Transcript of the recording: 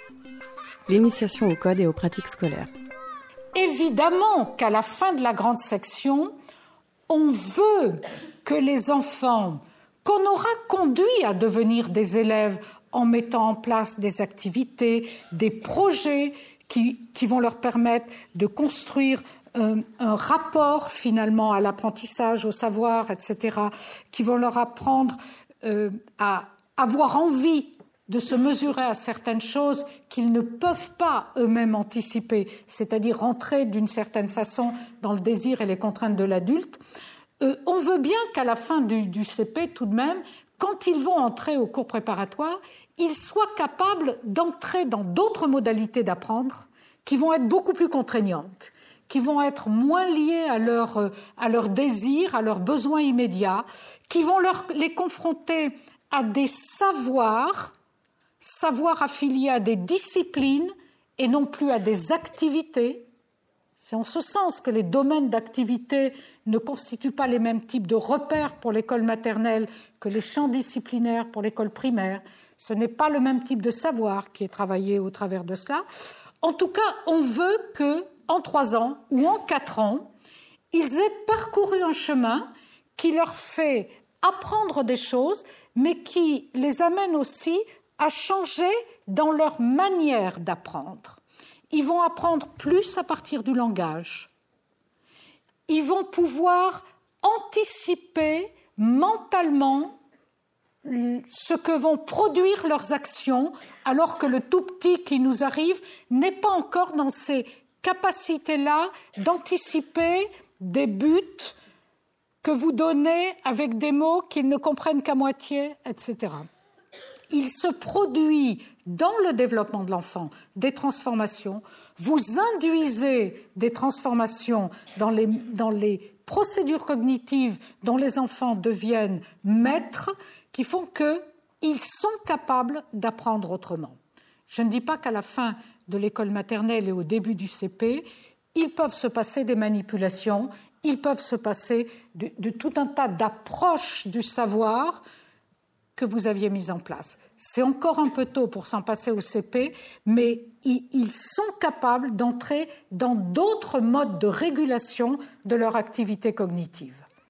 L'initiation au code et aux pratiques scolaires. Évidemment qu'à la fin de la grande section, on veut que les enfants qu'on aura conduits à devenir des élèves en mettant en place des activités, des projets qui vont leur permettre de construire un rapport finalement à l'apprentissage, au savoir, etc., qui vont leur apprendre à avoir envie de se mesurer à certaines choses qu'ils ne peuvent pas eux-mêmes anticiper, c'est-à-dire rentrer d'une certaine façon dans le désir et les contraintes de l'adulte. On veut bien qu'à la fin du CP, tout de même, quand ils vont entrer au cours préparatoire, ils soient capables d'entrer dans d'autres modalités d'apprendre qui vont être beaucoup plus contraignantes, qui vont être moins liées à leur désir, à leurs besoins immédiats, qui vont les confronter à des savoirs affiliés à des disciplines et non plus à des activités. C'est en ce sens que les domaines d'activité ne constituent pas les mêmes types de repères pour l'école maternelle que les champs disciplinaires pour l'école primaire. Ce n'est pas le même type de savoir qui est travaillé au travers de cela. En tout cas, on veut qu'en 3 ans ou en 4 ans, ils aient parcouru un chemin qui leur fait apprendre des choses, mais qui les amène aussi à changer dans leur manière d'apprendre. Ils vont apprendre plus à partir du langage. Ils vont pouvoir anticiper mentalement ce que vont produire leurs actions, alors que le tout petit qui nous arrive n'est pas encore dans ces capacités-là d'anticiper des buts que vous donnez avec des mots qu'ils ne comprennent qu'à moitié, etc. Il se produit dans le développement de l'enfant des transformations. Vous induisez des transformations dans les procédures cognitives dont les enfants deviennent maîtres, qui font qu'ils sont capables d'apprendre autrement. Je ne dis pas qu'à la fin de l'école maternelle et au début du CP, ils peuvent se passer des manipulations, ils peuvent se passer de tout un tas d'approches du savoir que vous aviez mises en place. C'est encore un peu tôt pour s'en passer au CP, mais ils sont capables d'entrer dans d'autres modes de régulation de leur activité cognitive.